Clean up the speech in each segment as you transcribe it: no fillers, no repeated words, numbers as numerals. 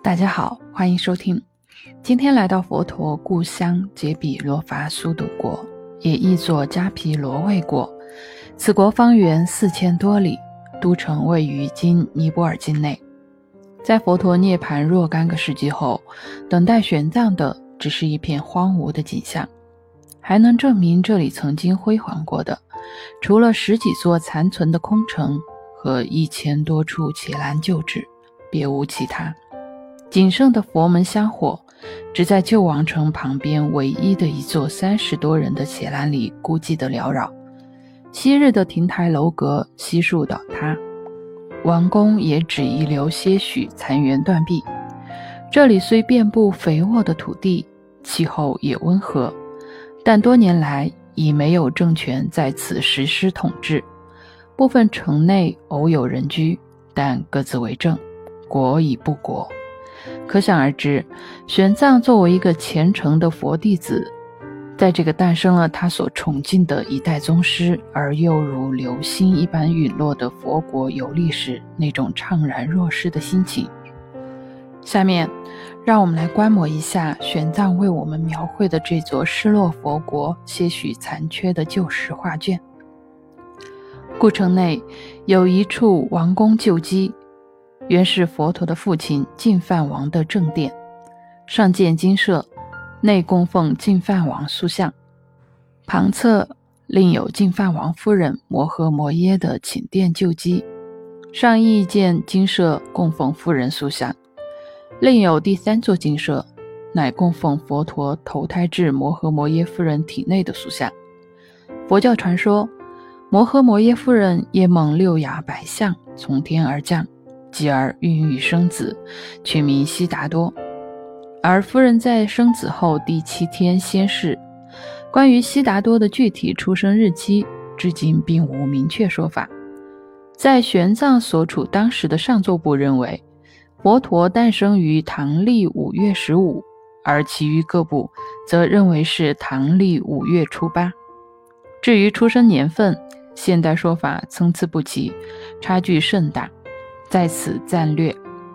大家好，欢迎收听。今天来到佛陀故乡杰比罗伐苏堵国，也译作迦毗罗卫国。此国方圆4000多里，都城位于今尼泊尔境内。在佛陀涅槃若干个世纪后，等待玄奘的只是一片荒芜的景象。还能证明这里曾经辉煌过的，除了10几座残存的空城和1000多处伽蓝旧址，别无其他。仅剩的佛门香火，只在旧王城旁边唯一的一座30多人的伽蓝里孤寂地缭绕。昔日的亭台楼阁悉数倒塌，王宫也只遗留些许残垣断壁。这里虽遍布肥沃的土地，气候也温和，但多年来已没有政权在此实施统治。部分城内偶有人居，但各自为政，国已不国。可想而知，玄奘作为一个虔诚的佛弟子，在这个诞生了他所崇敬的一代宗师而又如流星一般陨落的佛国游历时那种怅然若失的心情。下面让我们来观摩一下玄奘为我们描绘的这座失落佛国些许残缺的旧石画卷。故城内有一处王宫旧基，原是佛陀的父亲净饭王的正殿，上建精舍，内供奉净饭王塑像，旁侧另有净饭王夫人摩诃摩耶的寝殿旧基，上亦建精舍供奉夫人塑像。另有第3座精舍，乃供奉佛陀投胎至摩诃摩耶夫人体内的塑像。佛教传说，摩诃摩耶夫人夜梦6牙白象从天而降，继而孕育生子，取名悉达多。而夫人在生子后第7天仙逝。关于悉达多的具体出生日期，至今并无明确说法。在玄奘所处当时的上座部认为，佛陀诞生于唐历5月15，而其余各部则认为是唐历5月初8。至于出生年份，现代说法参差不齐，差距甚大，在此暂略。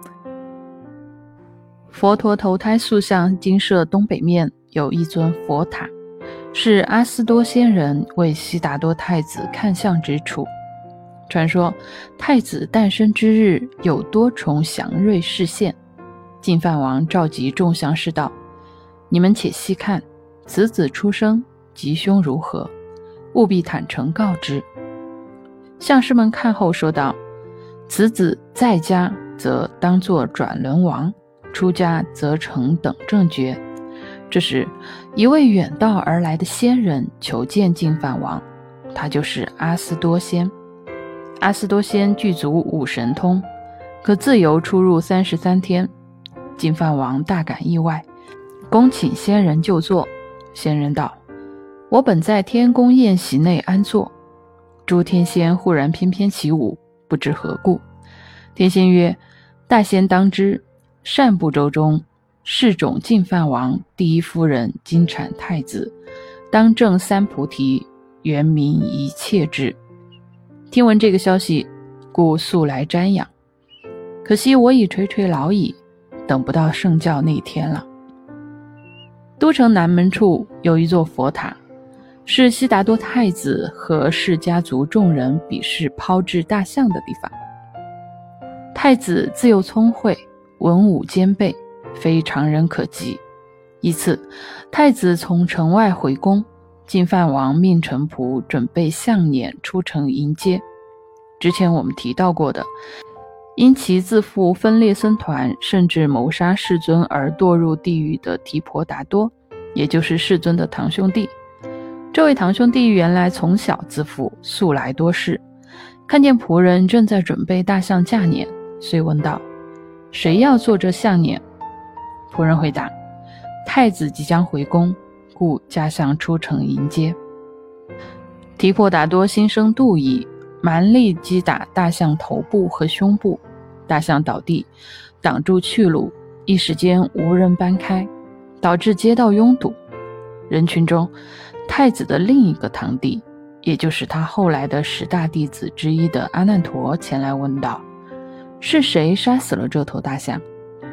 佛陀投胎塑像精舍东北面有一尊佛塔，是阿斯多仙人为悉达多太子看相之处。传说太子诞生之日有多重祥瑞示现，净饭王召集众相士道：你们且细看，此子出生吉凶如何，务必坦诚告知。相士们看后说道：此子在家则当作转轮王，出家则成等正觉。这时一位远道而来的仙人求见净饭王，他就是阿斯多仙。阿斯多仙具足5神通，可自由出入33天。净饭王大感意外，恭请仙人就坐。仙人道：我本在天宫宴席内安坐，诸天仙忽然翩翩起舞，不知何故。天仙曰：大仙当知，善部洲中世种净饭王第1夫人金产太子，当证3菩提，原名一切智。听闻这个消息，故速来瞻仰。可惜我已垂垂老矣，等不到圣教那天了。都城南门处有一座佛塔，是悉达多太子和氏家族众人比试抛掷大象的地方。太子自幼聪慧，文武兼备，非常人可及。一次，太子从城外回宫，净饭王命臣仆准备象辇出城迎接。之前我们提到过的，因其自负分裂僧团，甚至谋杀世尊而堕入地狱的提婆达多，也就是世尊的堂兄弟。这位堂兄弟原来从小自负，素来多事，看见仆人正在准备大象驾辇，遂问道：谁要做这象辇？仆人回答：太子即将回宫，故驾象出城迎接。提婆达多心生妒意，蛮力击打大象头部和胸部，大象倒地，挡住去路，一时间无人搬开，导致街道拥堵。人群中，太子的另一个堂弟，也就是他后来的10大弟子之一的阿难陀前来问道：是谁杀死了这头大象？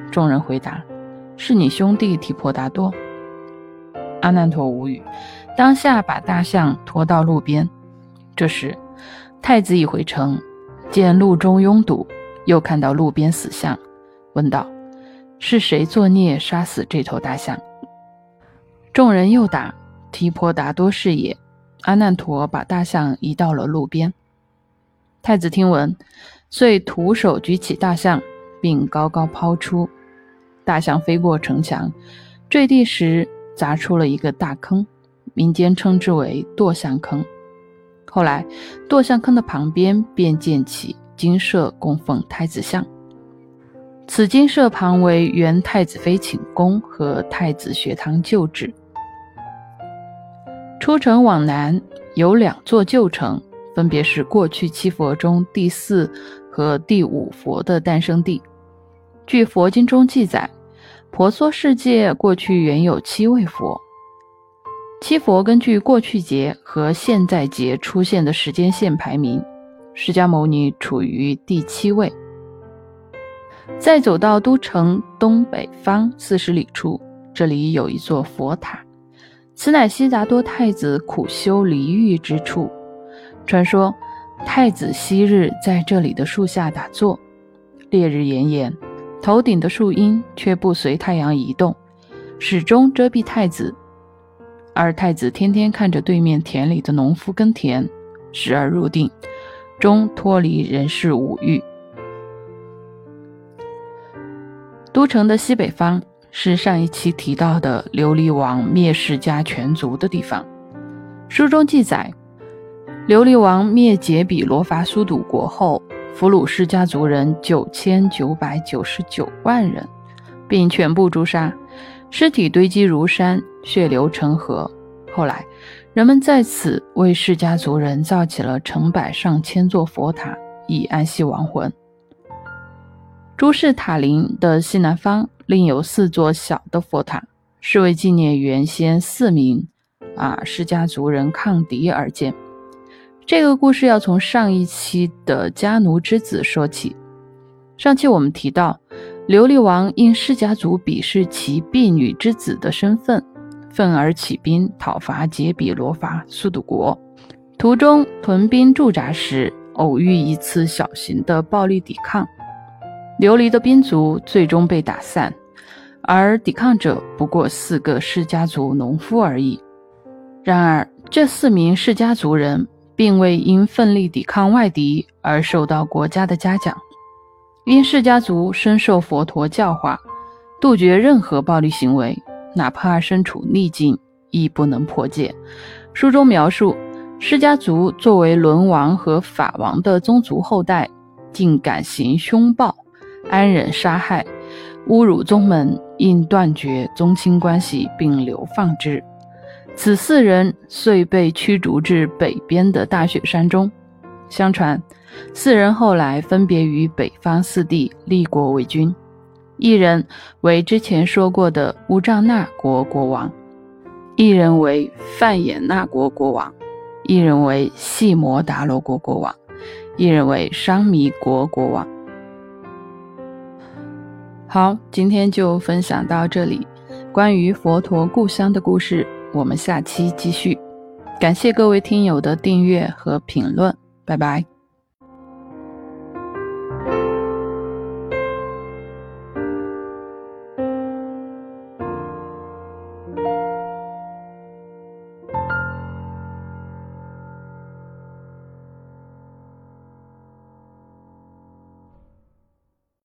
众人回答：是你兄弟提婆达多。阿难陀无语，当下把大象拖到路边。这时太子已回城，见路中拥堵，又看到路边死象，问道：是谁作孽杀死这头大象？众人又答：提婆达多是也。阿难陀把大象移到了路边。太子听闻，遂徒手举起大象，并高高抛出。大象飞过城墙，坠地时砸出了一个大坑，民间称之为堕象坑。后来堕象坑的旁边便建起金舍供奉太子像，此金舍旁为原太子妃寝宫和太子学堂旧址。出城往南有2座旧城，分别是过去7佛中第4和第5佛的诞生地。据佛经中记载，婆娑世界过去原有7位佛，7佛根据过去劫和现在劫出现的时间线排名，释迦牟尼处于第7位。再走到都城东北方40里处，这里有一座佛塔，此乃悉达多太子苦修离欲之处。传说太子昔日在这里的树下打坐，烈日炎炎，头顶的树荫却不随太阳移动，始终遮蔽太子，而太子天天看着对面田里的农夫耕田，时而入定，终脱离人世五欲。都城的西北方是上一期提到的琉璃王灭释迦全族的地方。书中记载，琉璃王灭解比罗伐苏堵国后，俘虏释迦族人9999万人，并全部诛杀，尸体堆积如山，血流成河。后来人们在此为释迦族人造起了成百上千座佛塔，以安息亡魂。诸事塔林的西南方另有4座小的佛塔，是为纪念原先4名释迦族人抗敌而建。这个故事要从上一期的迦奴之子说起。上期我们提到，琉璃王因释迦族鄙视其婢女之子的身份，愤而起兵讨伐解比罗伐苏堵国，途中屯兵驻扎时偶遇一次小型的暴力抵抗，琉璃的兵卒最终被打散，而抵抗者不过4个释迦族农夫而已。然而这4名释迦族人并未因奋力抵抗外敌而受到国家的嘉奖，因释迦族深受佛陀教化，杜绝任何暴力行为，哪怕身处逆境亦不能破戒。书中描述，释迦族作为轮王和法王的宗族后代，竟敢行凶暴，安忍杀害，侮辱宗门，应断绝宗亲关系并流放之。此4人遂被驱逐至北边的大雪山中。相传4人后来分别于北方4地立国为君，一人为之前说过的乌障那国国王，一人为范衍那国国王，一人为细摩达罗国国王，一人为商弥国国王。好，今天就分享到这里。关于佛陀故乡的故事，我们下期继续。感谢各位听友的订阅和评论，拜拜。